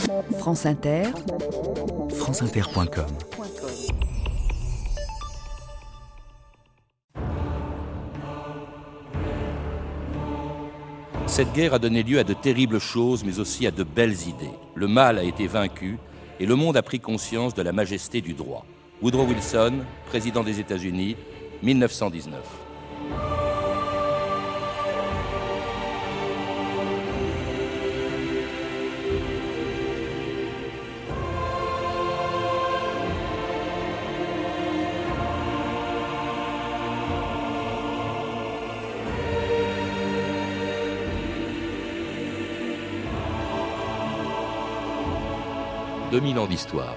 France Inter, franceinter.com. Cette guerre a donné lieu à de terribles choses, mais aussi à de belles idées. Le mal a été vaincu et le monde a pris conscience de la majesté du droit. Woodrow Wilson, président des États-Unis, 1919. « 2000 ans d'histoire.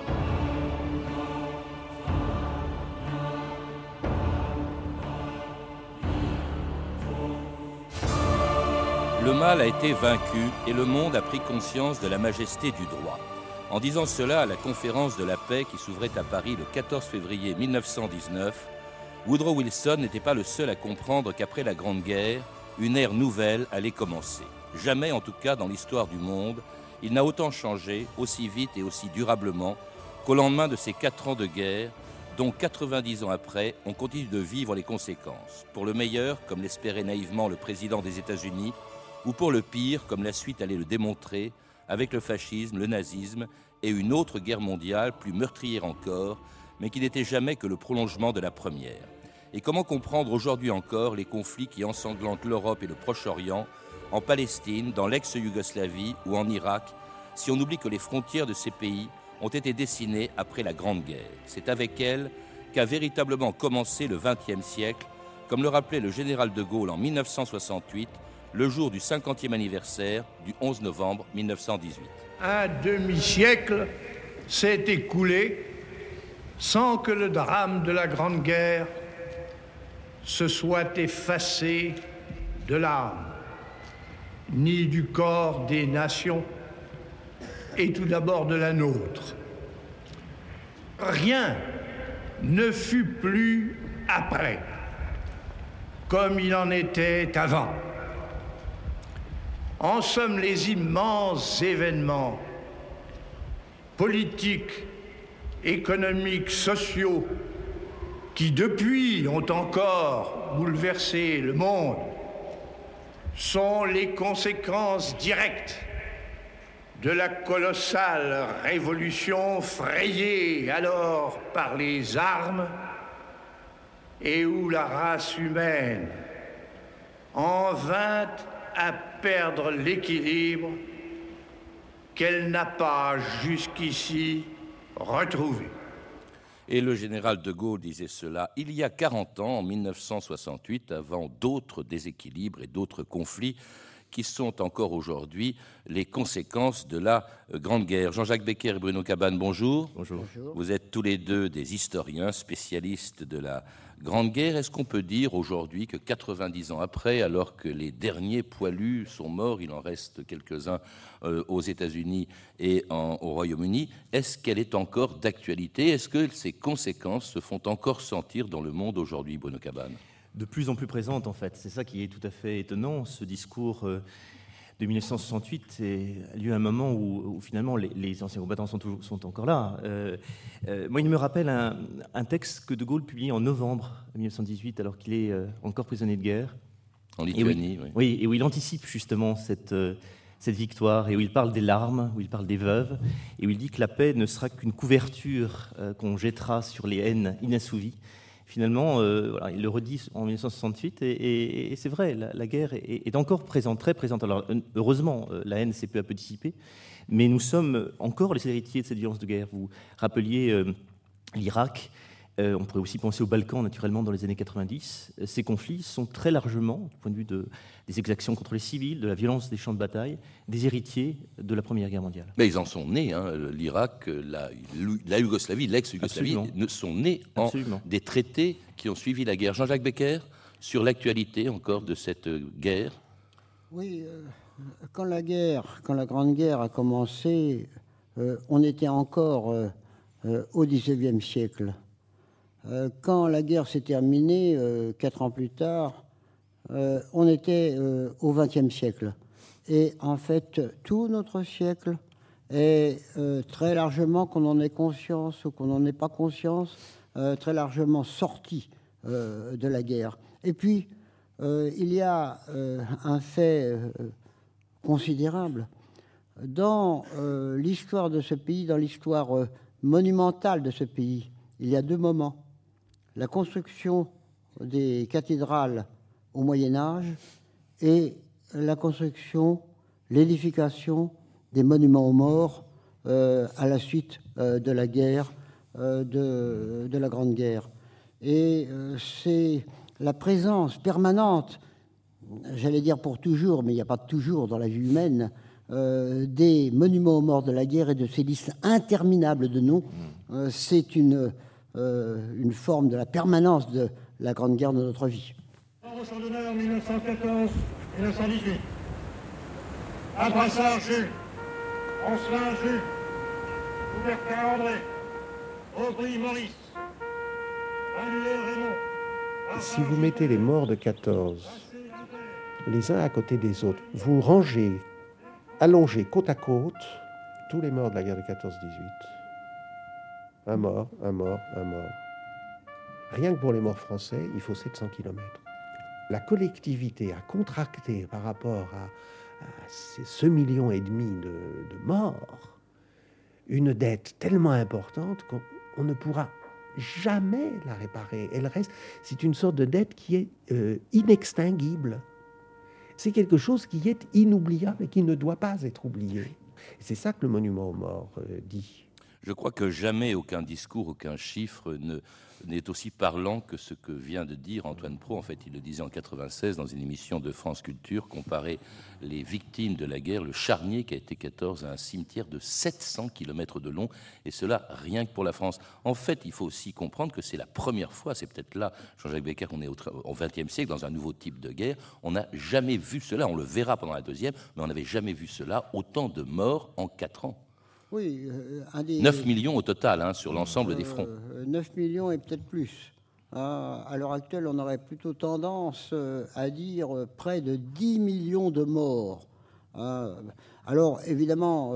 Le mal a été vaincu et le monde a pris conscience de la majesté du droit. En disant cela à la conférence de la paix qui s'ouvrait à Paris le 14 février 1919, Woodrow Wilson n'était pas le seul à comprendre qu'après la Grande Guerre, une ère nouvelle allait commencer. Jamais, en tout cas dans l'histoire du monde, il n'a autant changé, aussi vite et aussi durablement, qu'au lendemain de ces 4 ans de guerre, dont 90 ans après, on continue de vivre les conséquences. Pour le meilleur, comme l'espérait naïvement le président des États-Unis, ou pour le pire, comme la suite allait le démontrer, avec le fascisme, le nazisme et une autre guerre mondiale, plus meurtrière encore, mais qui n'était jamais que le prolongement de la première. Et comment comprendre aujourd'hui encore les conflits qui ensanglantent l'Europe et le Proche-Orient, en Palestine, dans l'ex-Yougoslavie ou en Irak, si on oublie que les frontières de ces pays ont été dessinées après la Grande Guerre. C'est avec elle qu'a véritablement commencé le XXe siècle, comme le rappelait le général de Gaulle en 1968, le jour du 50e anniversaire du 11 novembre 1918. Un demi-siècle s'est écoulé sans que le drame de la Grande Guerre se soit effacé de l'âme, ni du corps des nations, et tout d'abord de la nôtre. Rien ne fut plus après, comme il en était avant. En somme, les immenses événements politiques, économiques, sociaux, qui depuis ont encore bouleversé le monde, sont les conséquences directes de la colossale révolution frayée alors par les armes et où la race humaine en vint à perdre l'équilibre qu'elle n'a pas jusqu'ici retrouvé. Et le général de Gaulle disait cela il y a 40 ans, en 1968, avant d'autres déséquilibres et d'autres conflits qui sont encore aujourd'hui les conséquences de la Grande Guerre. Jean-Jacques Becker et Bruno Cabane, bonjour. Bonjour. Vous êtes tous les deux des historiens spécialistes de la Grande Guerre. Est-ce qu'on peut dire aujourd'hui que 90 ans après, alors que les derniers poilus sont morts, il en reste quelques-uns aux États-Unis et au Royaume-Uni, est-ce qu'elle est encore d'actualité? Est-ce que ces conséquences se font encore sentir dans le monde aujourd'hui, Bruno Cabane? De plus en plus présente, en fait. C'est ça qui est tout à fait étonnant. Ce discours de 1968 a lieu à un moment où finalement, les anciens combattants sont encore là. Moi, il me rappelle un texte que De Gaulle publie en novembre 1918, alors qu'il est encore prisonnier de guerre. En Lituanie, oui. Oui, et où il anticipe justement cette victoire, et où il parle des larmes, où il parle des veuves, et où il dit que la paix ne sera qu'une couverture qu'on jettera sur les haines inassouvies. Finalement, voilà, il le redit en 1968, et c'est vrai, la guerre est encore présente, très présente. Alors, heureusement, la haine s'est peu à peu dissipée, mais nous sommes encore les héritiers de cette violence de guerre. Vous rappeliez l'Irak, on pourrait aussi penser aux Balkans, naturellement, dans les années 90. Ces conflits sont très largement, du point de vue des exactions contre les civils, de la violence des champs de bataille, des héritiers de la Première Guerre mondiale. Mais ils en sont nés, hein. L'Irak, la Yougoslavie, l'ex-Yougoslavie, sont nés des traités qui ont suivi la guerre. Jean-Jacques Becker, sur l'actualité encore de cette guerre. Oui, quand la Grande Guerre a commencé, on était encore au XIXe siècle. Quand la guerre s'est terminée, 4 ans plus tard, on était au XXe siècle. Et en fait, tout notre siècle est très largement, qu'on en ait conscience ou qu'on n'en ait pas conscience, très largement sorti de la guerre. Et puis, il y a un fait considérable. Dans l'histoire de ce pays, dans l'histoire monumentale de ce pays, il y a deux moments. La construction des cathédrales au Moyen-Âge et la construction, l'édification des monuments aux morts à la suite de la guerre, de la Grande Guerre. Et c'est la présence permanente, j'allais dire pour toujours, mais il n'y a pas de toujours dans la vie humaine, des monuments aux morts de la guerre et de ces listes interminables de noms. C'est une forme de la permanence de la Grande Guerre de notre vie. Au champ d'honneur 1914-1918. À Brassard, Jules. Ancelin, Jules. Coubertin, André. Aubry, Maurice. Annulet, Raymond. Si vous mettez les morts de 14 les uns à côté des autres, vous rangez, allongez côte à côte tous les morts de la guerre de 14-18. Un mort, un mort, un mort. Rien que pour les morts français, il faut 700 km. La collectivité a contracté par rapport à ce 1,5 million de morts une dette tellement importante qu'on ne pourra jamais la réparer. Elle reste, c'est une sorte de dette qui est inextinguible. C'est quelque chose qui est inoubliable et qui ne doit pas être oublié. C'est ça que le monument aux morts dit. Je crois que jamais aucun discours, aucun chiffre n'est aussi parlant que ce que vient de dire Antoine Pro. En fait, il le disait en 96 dans une émission de France Culture, comparer les victimes de la guerre, le charnier qui a été 14, à un cimetière de 700 km de long, et cela rien que pour la France. En fait, il faut aussi comprendre que c'est la première fois, c'est peut-être là, Jean-Jacques Becker, qu'on est au XXe siècle, dans un nouveau type de guerre. On n'a jamais vu cela, on le verra pendant la deuxième, mais on n'avait jamais vu cela, autant de morts en 4 ans. Oui, 9 millions au total, sur l'ensemble des fronts. 9 millions et peut-être plus. À l'heure actuelle, on aurait plutôt tendance à dire près de 10 millions de morts. Alors, évidemment,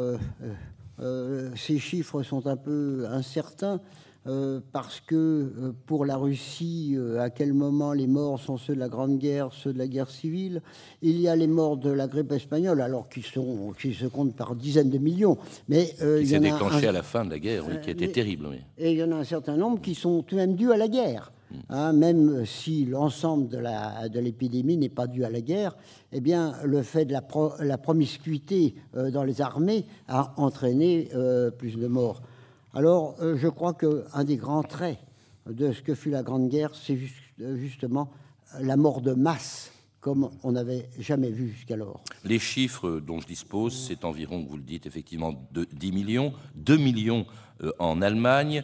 ces chiffres sont un peu incertains, parce que pour la Russie, à quel moment les morts sont ceux de la Grande Guerre, ceux de la guerre civile. Il y a les morts de la grippe espagnole, alors qui se comptent par dizaines de millions. Mais qui s'est déclenché à la fin de la guerre, oui, qui était terrible. Oui. Et il y en a un certain nombre qui sont tout de même dus à la guerre. Même si l'ensemble de l'épidémie n'est pas dû à la guerre, eh bien, le fait de la promiscuité dans les armées a entraîné plus de morts. Alors, je crois qu'un des grands traits de ce que fut la Grande Guerre, c'est justement la mort de masse, comme on n'avait jamais vu jusqu'alors. Les chiffres dont je dispose, c'est environ, vous le dites, effectivement, 10 millions, 2 millions en Allemagne,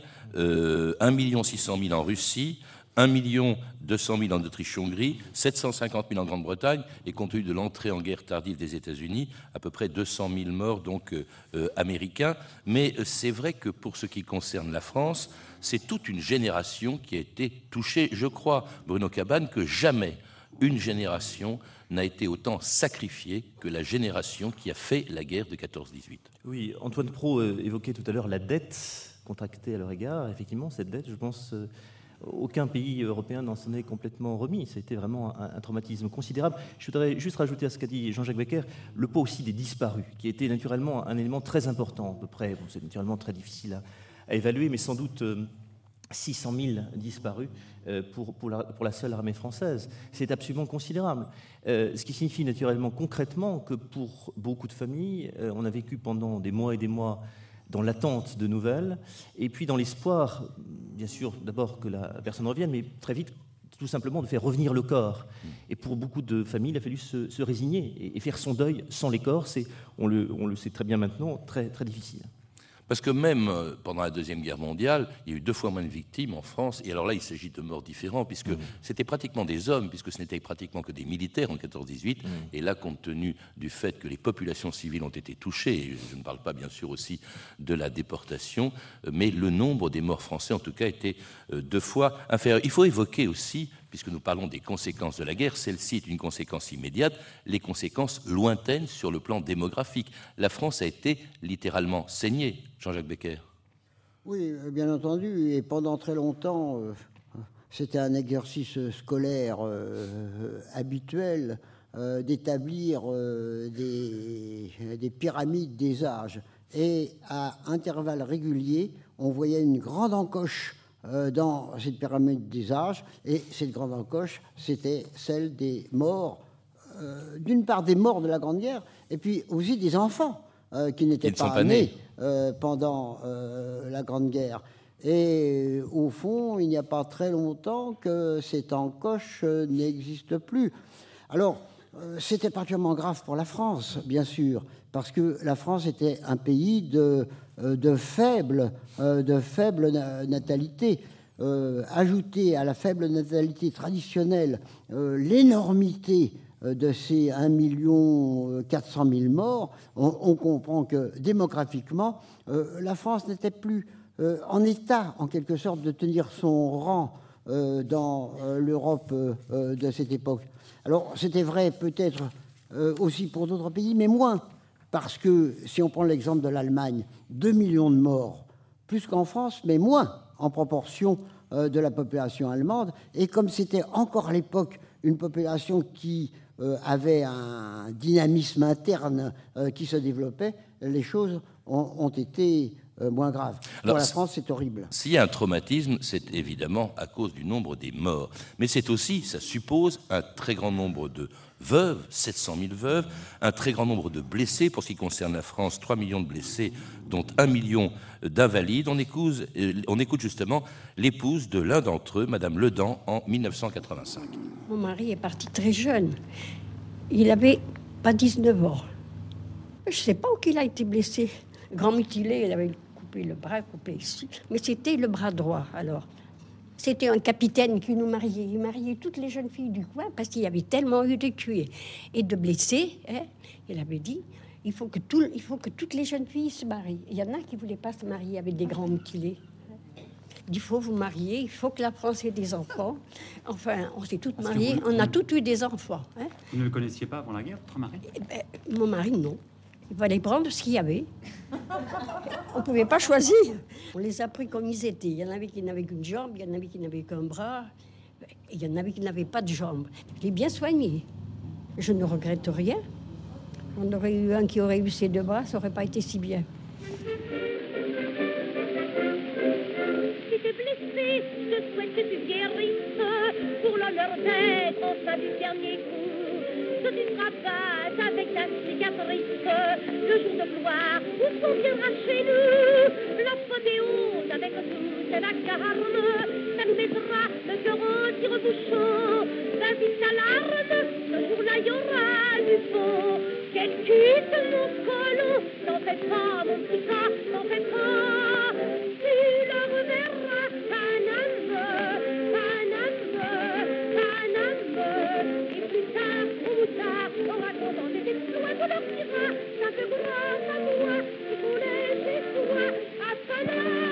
1 600 000 en Russie, 1 200 000 en Autriche-Hongrie, 750 000 en Grande-Bretagne, et compte tenu de l'entrée en guerre tardive des États-Unis, à peu près 200 000 morts donc américains. Mais c'est vrai que pour ce qui concerne la France, c'est toute une génération qui a été touchée. Je crois, Bruno Cabane, que jamais une génération n'a été autant sacrifiée que la génération qui a fait la guerre de 14-18. Oui, Antoine Pro évoquait tout à l'heure la dette contractée à leur égard. Effectivement, cette dette, je pense... aucun pays européen n'en s'en est complètement remis. C'était vraiment un traumatisme considérable. Je voudrais juste rajouter à ce qu'a dit Jean-Jacques Becker le poids aussi des disparus, qui était naturellement un élément très important, à peu près. Bon, c'est naturellement très difficile à évaluer, mais sans doute 600 000 disparus pour la seule armée française. C'est absolument considérable. Ce qui signifie naturellement concrètement que pour beaucoup de familles, on a vécu pendant des mois et des mois dans l'attente de nouvelles, et puis dans l'espoir, bien sûr, d'abord que la personne revienne, mais très vite, tout simplement, de faire revenir le corps. Et pour beaucoup de familles, il a fallu se résigner et faire son deuil sans les corps. On le sait très bien maintenant, très, très difficile. Parce que même pendant la Deuxième Guerre mondiale, il y a eu 2 fois moins de victimes en France. Et alors là, il s'agit de morts différents, puisque c'était pratiquement des hommes, puisque ce n'était pratiquement que des militaires en 14-18. Et là, compte tenu du fait que les populations civiles ont été touchées, et je ne parle pas bien sûr aussi de la déportation, mais le nombre des morts français, en tout cas, était 2 fois inférieur. Il faut évoquer aussi, puisque nous parlons des conséquences de la guerre, celle-ci est une conséquence immédiate, les conséquences lointaines sur le plan démographique. La France a été littéralement saignée, Jean-Jacques Becker. Oui, bien entendu, et pendant très longtemps, c'était un exercice scolaire habituel d'établir des pyramides des âges. Et à intervalles réguliers, on voyait une grande encoche dans cette pyramide des âges, et cette grande encoche, c'était celle des morts, d'une part des morts de la Grande Guerre, et puis aussi des enfants qui n'étaient pas nés pendant la Grande Guerre. Et au fond, il n'y a pas très longtemps que cette encoche n'existe plus. Alors, c'était particulièrement grave pour la France, bien sûr, parce que la France était un pays de faible natalité. Ajouter à la faible natalité traditionnelle l'énormité de ces 1 400 000 morts, on comprend que démographiquement, la France n'était plus en état, en quelque sorte, de tenir son rang dans l'Europe de cette époque. Alors, c'était vrai peut-être aussi pour d'autres pays, mais moins, parce que si on prend l'exemple de l'Allemagne, 2 millions de morts, plus qu'en France, mais moins en proportion de la population allemande. Et comme c'était encore à l'époque une population qui avait un dynamisme interne qui se développait, les choses ont été moins graves. Pour la France, c'est horrible. S'il y a un traumatisme, c'est évidemment à cause du nombre des morts. Mais c'est aussi, ça suppose, un très grand nombre de veuves, 700 000 veuves, un très grand nombre de blessés. Pour ce qui concerne la France, 3 millions de blessés, dont 1 million d'invalides. On écoute justement l'épouse de l'un d'entre eux, Madame Ledan, en 1985. Mon mari est parti très jeune. Il avait pas 19 ans. Je ne sais pas où il a été blessé. Grand mutilé, il avait coupé le bras, coupé ici. Mais c'était le bras droit, alors. C'était un capitaine qui nous mariait. Il mariait toutes les jeunes filles du coin parce qu'il y avait tellement eu de tués et de blessés. Hein. Il avait dit, il faut que toutes les jeunes filles se marient. Il y en a qui ne voulaient pas se marier avec des grands mutilés. Il faut vous marier, il faut que la France ait des enfants. Enfin, on s'est toutes mariées, on a toutes eu des enfants. Hein. Vous ne le connaissiez pas avant la guerre, votre mari ? Mon mari, non. Il fallait prendre ce qu'il y avait. On ne pouvait pas choisir. On les a pris comme ils étaient. Il y en avait qui n'avaient qu'une jambe, il y en avait qui n'avaient qu'un bras, et il y en avait qui n'avaient pas de jambes. Je l'ai bien soigné. Je ne regrette rien. On aurait eu un qui aurait eu ses 2 bras, ça n'aurait pas été si bien. Si t'es blessé, je souhaite que tu guérisses pour l'honneur d'être au sein du dernier coup. Que tu te rabattes avec ta cicatrice, le jour de gloire où on viendra chez nous. L'apothéose avec toute la carne, ça nous mettra le cœur en tire-bouchon. Vas-y, t'alarme, ce jour-là y aura du fond. Qu'elle quitte mon colon, t'en fais pas, mon petit gars, t'en fais pas. Tu le reverras, Paname, Paname, Paname. Et plus tard, en racontant des exploits de leur tyran, ça te grâce à moi, qui voulais chez toi, à Paname.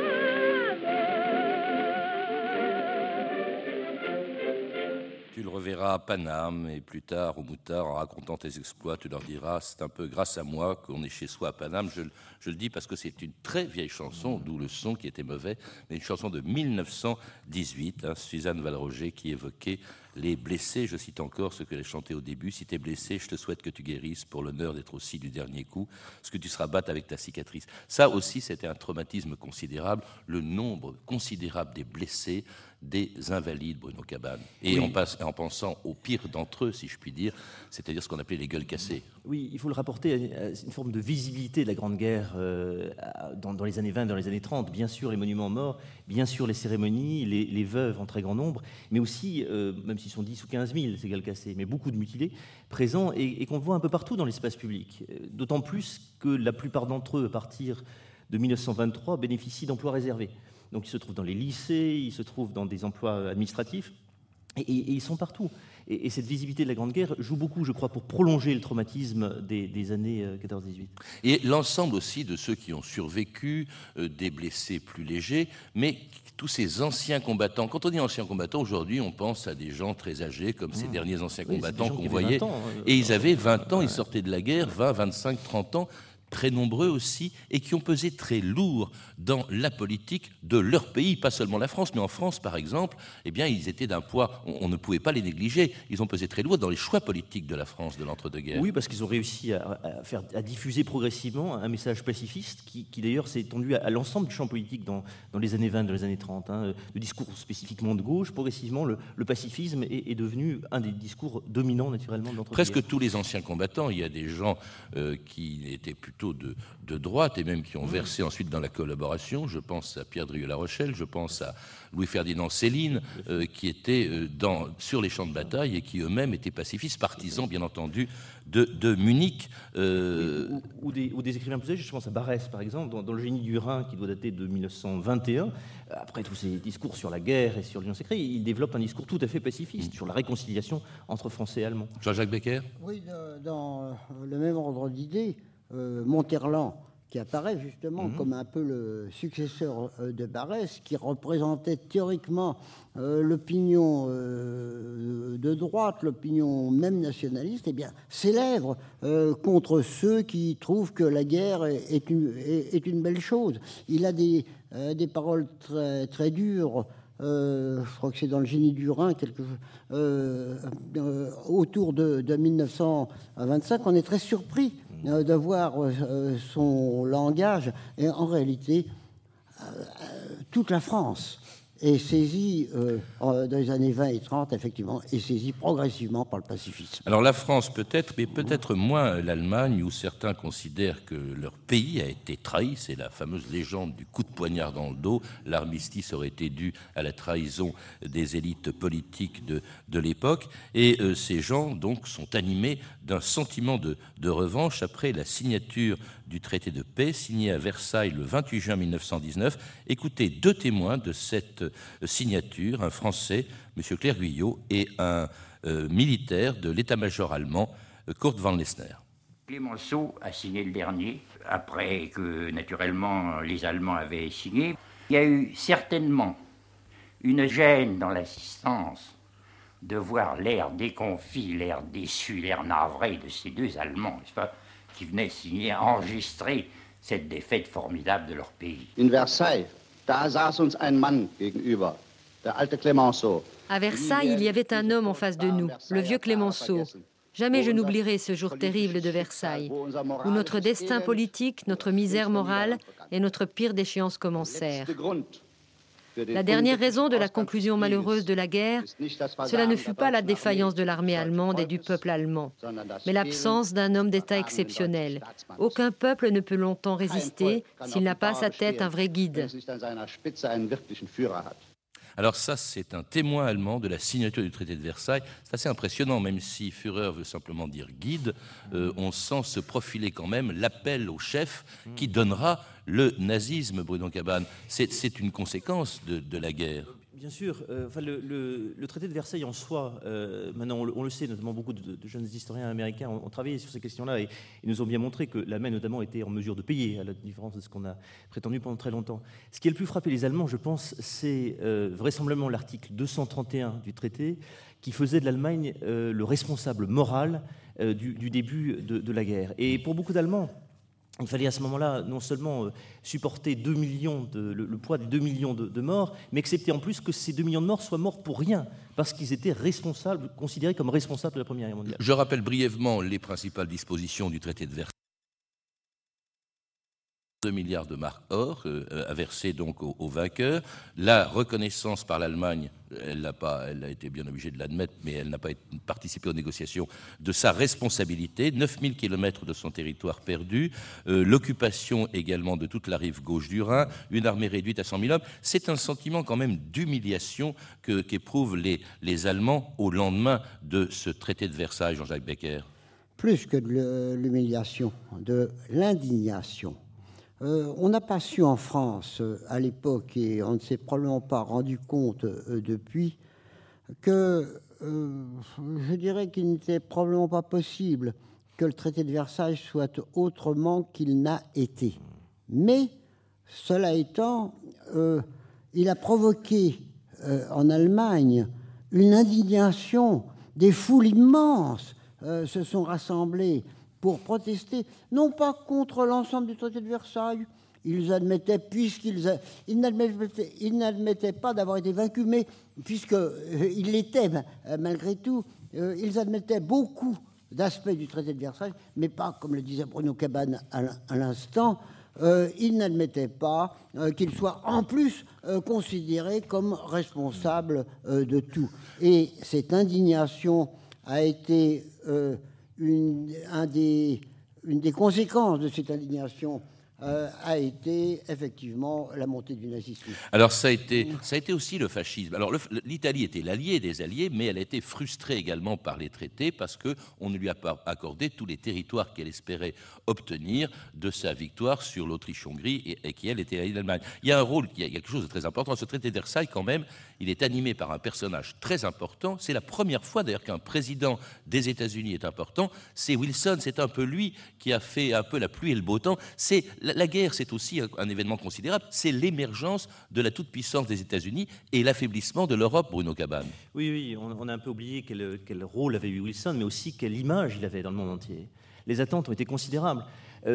Tu le reverras à Paname, et plus tard, au Moutard, en racontant tes exploits, tu leur diras, c'est un peu grâce à moi qu'on est chez soi à Paname. Je le dis parce que c'est une très vieille chanson, d'où le son qui était mauvais, mais une chanson de 1918, Suzanne Valroger, qui évoquait les blessés. Je cite encore ce qu'elle chantait au début. Si t'es blessé, je te souhaite que tu guérisses pour l'honneur d'être aussi du dernier coup, ce que tu se rabattes avec ta cicatrice. Ça aussi, c'était un traumatisme considérable, le nombre considérable des blessés, des invalides, Bruno Cabane. Et oui, en pensant au pire d'entre eux, si je puis dire, c'est-à-dire ce qu'on appelait les gueules cassées. Oui, il faut le rapporter à une forme de visibilité de la Grande Guerre dans les années 20, dans les années 30. Bien sûr, les monuments morts, bien sûr, les cérémonies, les veuves en très grand nombre, mais aussi, même s'ils sont 10 ou 15 000, ces gueules cassées, mais beaucoup de mutilés présents et qu'on voit un peu partout dans l'espace public. D'autant plus que la plupart d'entre eux, à partir de 1923, bénéficient d'emplois réservés. Donc ils se trouvent dans les lycées, ils se trouvent dans des emplois administratifs, et ils sont partout. Et cette visibilité de la Grande Guerre joue beaucoup, je crois, pour prolonger le traumatisme des années 14-18. Et l'ensemble aussi de ceux qui ont survécu, des blessés plus légers, mais tous ces anciens combattants. Quand on dit anciens combattants, aujourd'hui, on pense à des gens très âgés, comme ces derniers anciens combattants qu'on voyait. Et ils avaient 20 ans, ils sortaient de la guerre, 20, 25, 30 ans, très nombreux aussi, et qui ont pesé très lourd dans la politique de leur pays, pas seulement la France, mais en France, par exemple, eh bien, ils étaient d'un poids, on ne pouvait pas les négliger. Ils ont pesé très lourd dans les choix politiques de la France de l'entre-deux-guerres. Oui, parce qu'ils ont réussi à diffuser progressivement un message pacifiste qui d'ailleurs s'est étendu à l'ensemble du champ politique dans les années 20, dans les années 30. Le discours spécifiquement de gauche, progressivement, le pacifisme est devenu un des discours dominants, naturellement, de l'entre-deux-guerres. Presque tous les anciens combattants, il y a des gens qui étaient plutôt de droite et même qui ont versé ensuite dans la collaboration. Je pense à Pierre Drieux-La Rochelle, je pense à Louis-Ferdinand Céline, qui étaient sur les champs de bataille et qui eux-mêmes étaient pacifistes, partisans bien entendu de Munich. Ou des écrivains plus âgés, je pense à Barrès par exemple, dans Le Génie du Rhin, qui doit dater de 1921. Après tous ces discours sur la guerre et sur l'Union sacrée, il développe un discours tout à fait pacifiste sur la réconciliation entre Français et Allemands. Jean-Jacques Becker ? Oui, dans le même ordre d'idées, Monterland, qui apparaît justement comme un peu le successeur de Barrès, qui représentait théoriquement l'opinion de droite, l'opinion même nationaliste, eh bien, s'élève contre ceux qui trouvent que la guerre est une belle chose. Il a des paroles très, très dures. Je crois que c'est dans Le Génie du Rhin, autour de 1925, on est très surpris de voir son langage. Et en réalité, toute la France est saisie, dans les années 20 et 30, effectivement, est saisie progressivement par le pacifisme. Alors la France peut-être, mais peut-être moins l'Allemagne, où certains considèrent que leur pays a été trahi. C'est la fameuse légende du coup de poignard dans le dos. L'armistice aurait été dû à la trahison des élites politiques de l'époque. Et ces gens, donc, sont animés d'un sentiment de revanche après la signature du traité de paix signé à Versailles le 28 juin 1919. Écoutez deux témoins de cette signature, un Français, M. Claire Guyot, et un militaire de l'état-major allemand, Kurt von Lessner. Clémenceau a signé le dernier, après que, naturellement, les Allemands avaient signé. Il y a eu certainement une gêne dans l'assistance de voir l'air déconfit, l'air déçu, l'air navré de ces deux Allemands, n'est-ce pas, qui venaient signer, enregistrer cette défaite formidable de leur pays. In Versailles, da saß uns ein Mann gegenüber, der alte Clémenceau. À Versailles, il y avait un homme en face de nous, le vieux Clémenceau. Jamais je n'oublierai ce jour terrible de Versailles, où notre destin politique, notre misère morale et notre pire déchéance commencèrent. La dernière raison de la conclusion malheureuse de la guerre, cela ne fut pas la défaillance de l'armée allemande et du peuple allemand, mais l'absence d'un homme d'État exceptionnel. Aucun peuple ne peut longtemps résister s'il n'a pas à sa tête un vrai guide. Alors ça, c'est un témoin allemand de la signature du traité de Versailles. C'est assez impressionnant, même si Führer veut simplement dire guide, on sent se profiler quand même l'appel au chef qui donnera le nazisme, Bruno Cabane. C'est une conséquence de la guerre. Bien sûr. Le traité de Versailles en soi, maintenant on le sait, notamment beaucoup de jeunes historiens américains ont travaillé sur ces questions-là et nous ont bien montré que l'Allemagne notamment était en mesure de payer, à la différence de ce qu'on a prétendu pendant très longtemps. Ce qui a le plus frappé les Allemands, je pense, c'est vraisemblablement l'article 231 du traité qui faisait de l'Allemagne le responsable moral du début de la guerre. Et pour beaucoup d'Allemands, il fallait à ce moment-là non seulement supporter le poids de 2 millions de morts, mais accepter en plus que ces 2 millions de morts soient morts pour rien, parce qu'ils étaient responsables, considérés comme responsables de la Première Guerre mondiale. Je rappelle brièvement les principales dispositions du traité de Versailles. 2 milliards de marks or à verser donc aux vainqueurs. La reconnaissance par l'Allemagne, elle a été bien obligée de l'admettre, mais elle n'a pas participé aux négociations, de sa responsabilité. 9000 kilomètres de son territoire perdu, l'occupation également de toute la rive gauche du Rhin, une armée réduite à 100 000 hommes. C'est un sentiment quand même d'humiliation qu'éprouvent les Allemands au lendemain de ce traité de Versailles, Jean-Jacques Becker. Plus que de l'humiliation, de l'indignation. On n'a pas su en France, à l'époque, et on ne s'est probablement pas rendu compte depuis, que je dirais qu'il n'était probablement pas possible que le traité de Versailles soit autrement qu'il n'a été. Mais, cela étant, il a provoqué en Allemagne une indignation. Des foules immenses se sont rassemblées pour protester, non pas contre l'ensemble du traité de Versailles. Ils admettaient, ils n'admettaient pas d'avoir été vaincus, mais puisqu'ils l'étaient malgré tout, ils admettaient beaucoup d'aspects du traité de Versailles, mais pas, comme le disait Bruno Cabane à l'instant, ils n'admettaient pas qu'ils soient en plus considérés comme responsables de tout. Et cette indignation a été une des conséquences de cette indignation a été effectivement la montée du nazisme. Alors ça a été aussi le fascisme. Alors l'Italie était l'allié des Alliés, mais elle a été frustrée également par les traités parce qu'on ne lui a pas accordé tous les territoires qu'elle espérait obtenir de sa victoire sur l'Autriche-Hongrie et qui, elle, était alliée d'Allemagne. Il y a quelque chose de très important. Ce traité de Versailles, quand même, il est animé par un personnage très important. C'est la première fois, d'ailleurs, qu'un président des États-Unis est important. C'est Wilson, c'est un peu lui qui a fait un peu la pluie et le beau temps. La guerre, c'est aussi un événement considérable. C'est l'émergence de la toute-puissance des États-Unis et l'affaiblissement de l'Europe, Bruno Cabane. Oui, on a un peu oublié quel rôle avait eu Wilson, mais aussi quelle image il avait dans le monde entier. Les attentes ont été considérables.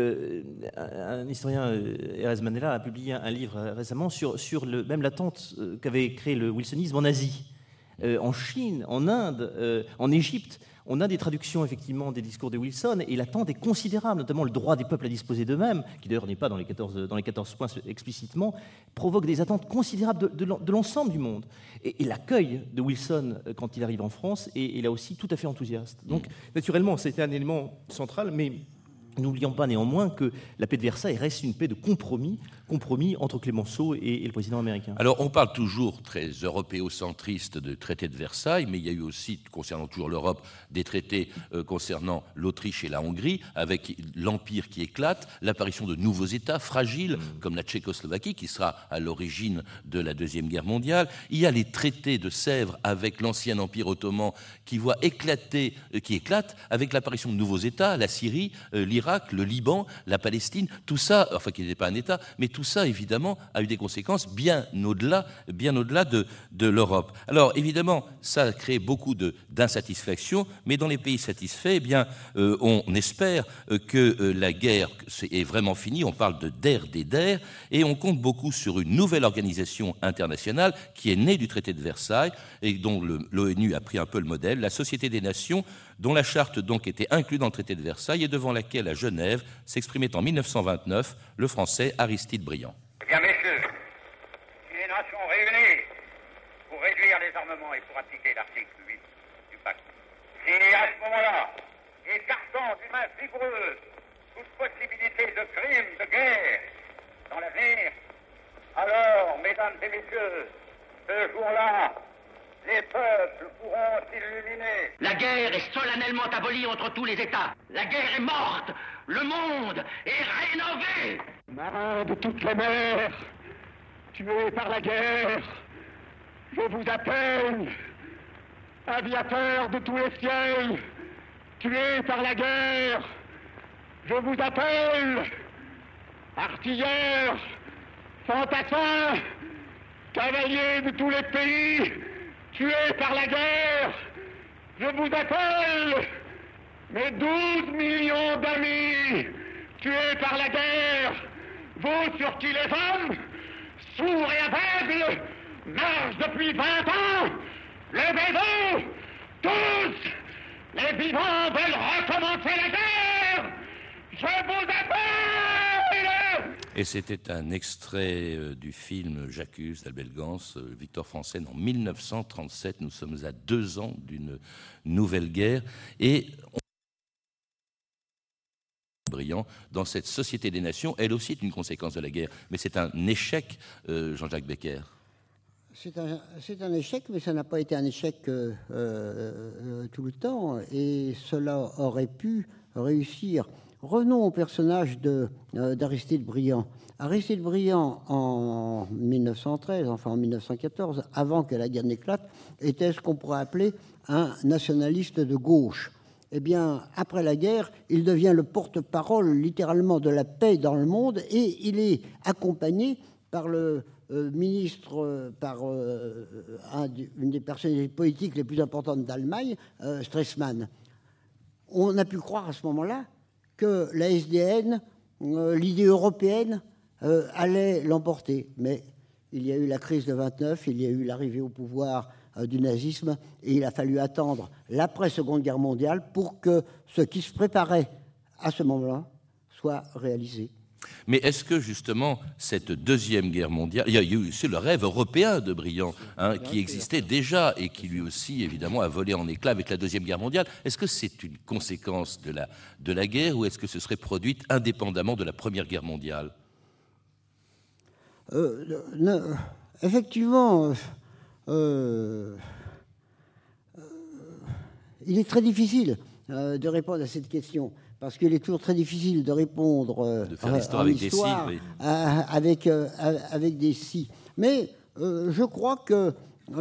Un historien, Erez Manela, a publié un livre récemment sur même l'attente qu'avait créé le wilsonisme en Asie. En Chine, en Inde, en Égypte, on a des traductions effectivement des discours de Wilson et l'attente est considérable, notamment le droit des peuples à disposer d'eux-mêmes, qui d'ailleurs n'est pas dans les 14 points explicitement, provoque des attentes considérables de l'ensemble du monde. Et l'accueil de Wilson quand il arrive en France est là aussi tout à fait enthousiaste. Donc naturellement, c'était un élément central, mais n'oublions pas néanmoins que la paix de Versailles reste une paix de compromis entre Clémenceau et le président américain. Alors, on parle toujours très européocentriste de traité de Versailles, mais il y a eu aussi, concernant toujours l'Europe, des traités concernant l'Autriche et la Hongrie, avec l'Empire qui éclate, l'apparition de nouveaux États fragiles, comme la Tchécoslovaquie, qui sera à l'origine de la Deuxième Guerre mondiale. Il y a les traités de Sèvres avec l'ancien Empire ottoman qui éclate avec l'apparition de nouveaux États, la Syrie, l'Irak, le Liban, la Palestine, tout ça, enfin qui n'était pas un État, mais tout ça, évidemment, a eu des conséquences bien au-delà de l'Europe. Alors, évidemment, ça a créé beaucoup d'insatisfaction, mais dans les pays satisfaits, eh bien, on espère que la guerre est vraiment finie. On parle de der des der, et on compte beaucoup sur une nouvelle organisation internationale qui est née du traité de Versailles et dont l'ONU a pris un peu le modèle, la Société des Nations, dont la charte donc était inclue dans le traité de Versailles et devant laquelle, à Genève, s'exprimait en 1929 le français Aristide Briand. Eh bien, messieurs, si les nations réunies pour réduire les armements et pour appliquer l'article 8 du pacte, si à ce moment-là, écartant d'une main vigoureuse toute possibilité de crime, de guerre dans l'avenir, alors, mesdames et messieurs, ce jour-là, les peuples pourront s'illuminer. La guerre est solennellement abolie entre tous les États. La guerre est morte. Le monde est rénové. Marins de toutes les mers, tués par la guerre, je vous appelle. Aviateurs de tous les ciels, tués par la guerre, je vous appelle. Artilleurs, fantassins, cavaliers de tous les pays, tués par la guerre, je vous appelle. Mes 12 millions d'amis, tués par la guerre, vous sur qui les hommes, sourds et aveugles, marchent depuis 20 ans, levez-vous, tous, les vivants veulent recommencer la guerre, je vous appelle. Et c'était un extrait du film J'accuse d'Albert Gans, Victor Franzen, en 1937. Nous sommes à 2 ans d'une nouvelle guerre. Et brillant dans cette Société des Nations, elle aussi est une conséquence de la guerre. Mais c'est un échec, Jean-Jacques Becker. C'est un échec, mais ça n'a pas été un échec tout le temps. Et cela aurait pu réussir revenons au personnage d'Aristide Briand. Aristide Briand, en 1913, enfin en 1914, avant que la guerre n'éclate, était ce qu'on pourrait appeler un nationaliste de gauche. Eh bien, après la guerre, il devient le porte-parole littéralement de la paix dans le monde, et il est accompagné par le ministre, par une des personnalités politiques les plus importantes d'Allemagne, Stresemann. On a pu croire à ce moment-là que la SDN, l'idée européenne, allait l'emporter. Mais il y a eu la crise de 29, il y a eu l'arrivée au pouvoir du nazisme, et il a fallu attendre l'après-Seconde Guerre mondiale pour que ce qui se préparait à ce moment-là soit réalisé. Mais est-ce que justement cette Deuxième Guerre mondiale, il y a eu aussi le rêve européen de Briand, qui existait déjà et qui lui aussi évidemment a volé en éclats avec la Deuxième Guerre mondiale, est-ce que c'est une conséquence de la guerre, ou est-ce que ce serait produit indépendamment de la Première Guerre mondiale? Effectivement, il est très difficile de répondre à cette question, parce qu'il est toujours très difficile de répondre de faire l'histoire avec des si, oui. avec des si. Mais je crois que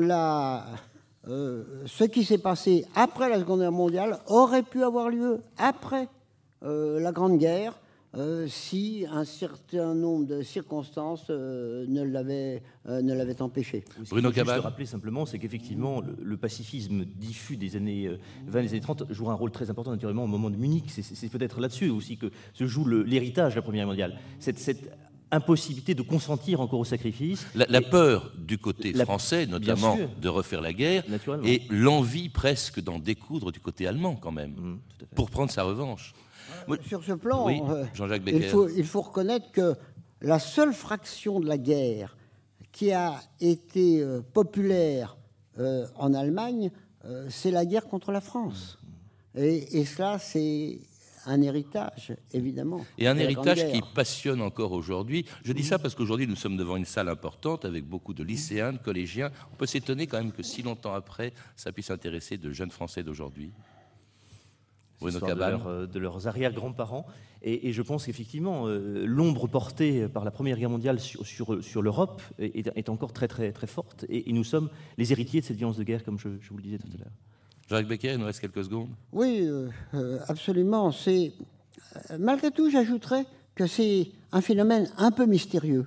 ce qui s'est passé après la Seconde Guerre mondiale aurait pu avoir lieu après la Grande Guerre, si un certain nombre de circonstances ne l'avaient empêché. Bruno Cabane. Juste rappeler simplement, c'est qu'effectivement, le pacifisme diffus des années 20 et des années 30 joue un rôle très important, naturellement, au moment de Munich. C'est peut-être là-dessus aussi que se joue l'héritage de la Première Guerre mondiale. Cette impossibilité de consentir encore au sacrifice. La peur du côté français, notamment, de refaire la guerre, et l'envie presque d'en découdre du côté allemand, quand même, pour prendre sa revanche. Sur ce plan, oui, Jean-Jacques Becker. Il faut reconnaître que la seule fraction de la guerre qui a été populaire en Allemagne, c'est la guerre contre la France. Et cela, c'est un héritage, évidemment. Et un héritage qui passionne encore aujourd'hui. Je dis ça parce qu'aujourd'hui, nous sommes devant une salle importante avec beaucoup de lycéens, de collégiens. On peut s'étonner quand même que si longtemps après, ça puisse intéresser de jeunes Français d'aujourd'hui. Bruno Cabane. De leurs arrière-grands-parents. Et je pense qu'effectivement, l'ombre portée par la Première Guerre mondiale sur l'Europe est encore très, très, très forte. Et nous sommes les héritiers de cette violence de guerre, comme je vous le disais tout à l'heure. Jacques Becker, il nous reste quelques secondes. Oui, absolument. Malgré tout, j'ajouterais que c'est un phénomène un peu mystérieux.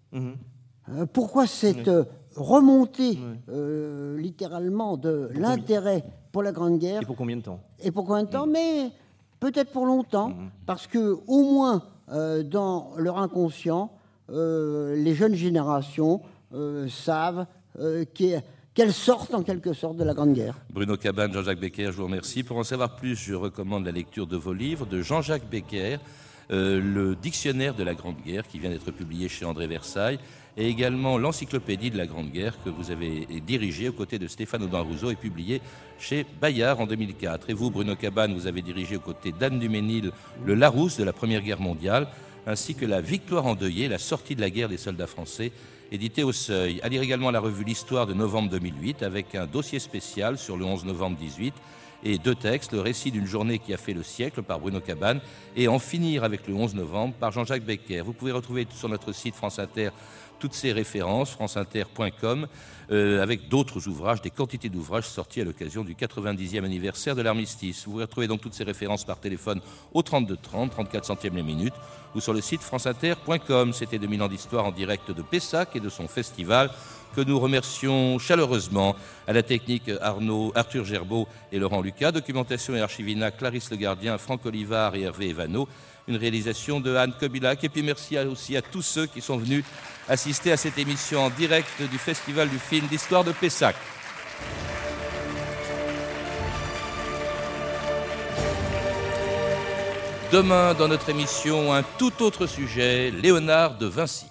Pourquoi cette remontée, littéralement, de l'intérêt pour la Grande Guerre? Et pour combien de temps? Mais peut-être pour longtemps, parce que au moins dans leur inconscient, les jeunes générations savent qu'elles sortent en quelque sorte de la Grande Guerre. Bruno Cabane, Jean-Jacques Becker, je vous remercie. Pour en savoir plus, je recommande la lecture de vos livres, de Jean-Jacques Becker, le dictionnaire de la Grande Guerre, qui vient d'être publié chez André Versailles, et également l'encyclopédie de la Grande Guerre que vous avez dirigée aux côtés de Stéphane Audin-Rousseau et publiée chez Bayard en 2004. Et vous, Bruno Cabane, vous avez dirigé aux côtés d'Anne Duménil le Larousse de la Première Guerre mondiale, ainsi que la Victoire endeuillée, la sortie de la guerre des soldats français, édité au Seuil. À lire également la revue L'Histoire de novembre 2008, avec un dossier spécial sur le 11 novembre 18, et 2 textes, le récit d'une journée qui a fait le siècle par Bruno Cabane, et En finir avec le 11 novembre par Jean-Jacques Becker. Vous pouvez retrouver sur notre site France Inter toutes ces références, franceinter.com, avec d'autres ouvrages, des quantités d'ouvrages sortis à l'occasion du 90e anniversaire de l'armistice. Vous retrouvez donc toutes ces références par téléphone au 32 30, 34 centièmes la minute, ou sur le site franceinter.com. C'était 2000 ans d'histoire en direct de Pessac et de son festival, que nous remercions chaleureusement. À la technique, Arthur Gerbeau et Laurent Lucas. Documentation et archivina, Clarisse Le Gardien, Franck Olivard et Hervé Evano. Une réalisation de Anne Kobilac. Et puis merci aussi à tous ceux qui sont venus assister à cette émission en direct du Festival du film d'histoire de Pessac. Demain, dans notre émission, un tout autre sujet, Léonard de Vinci.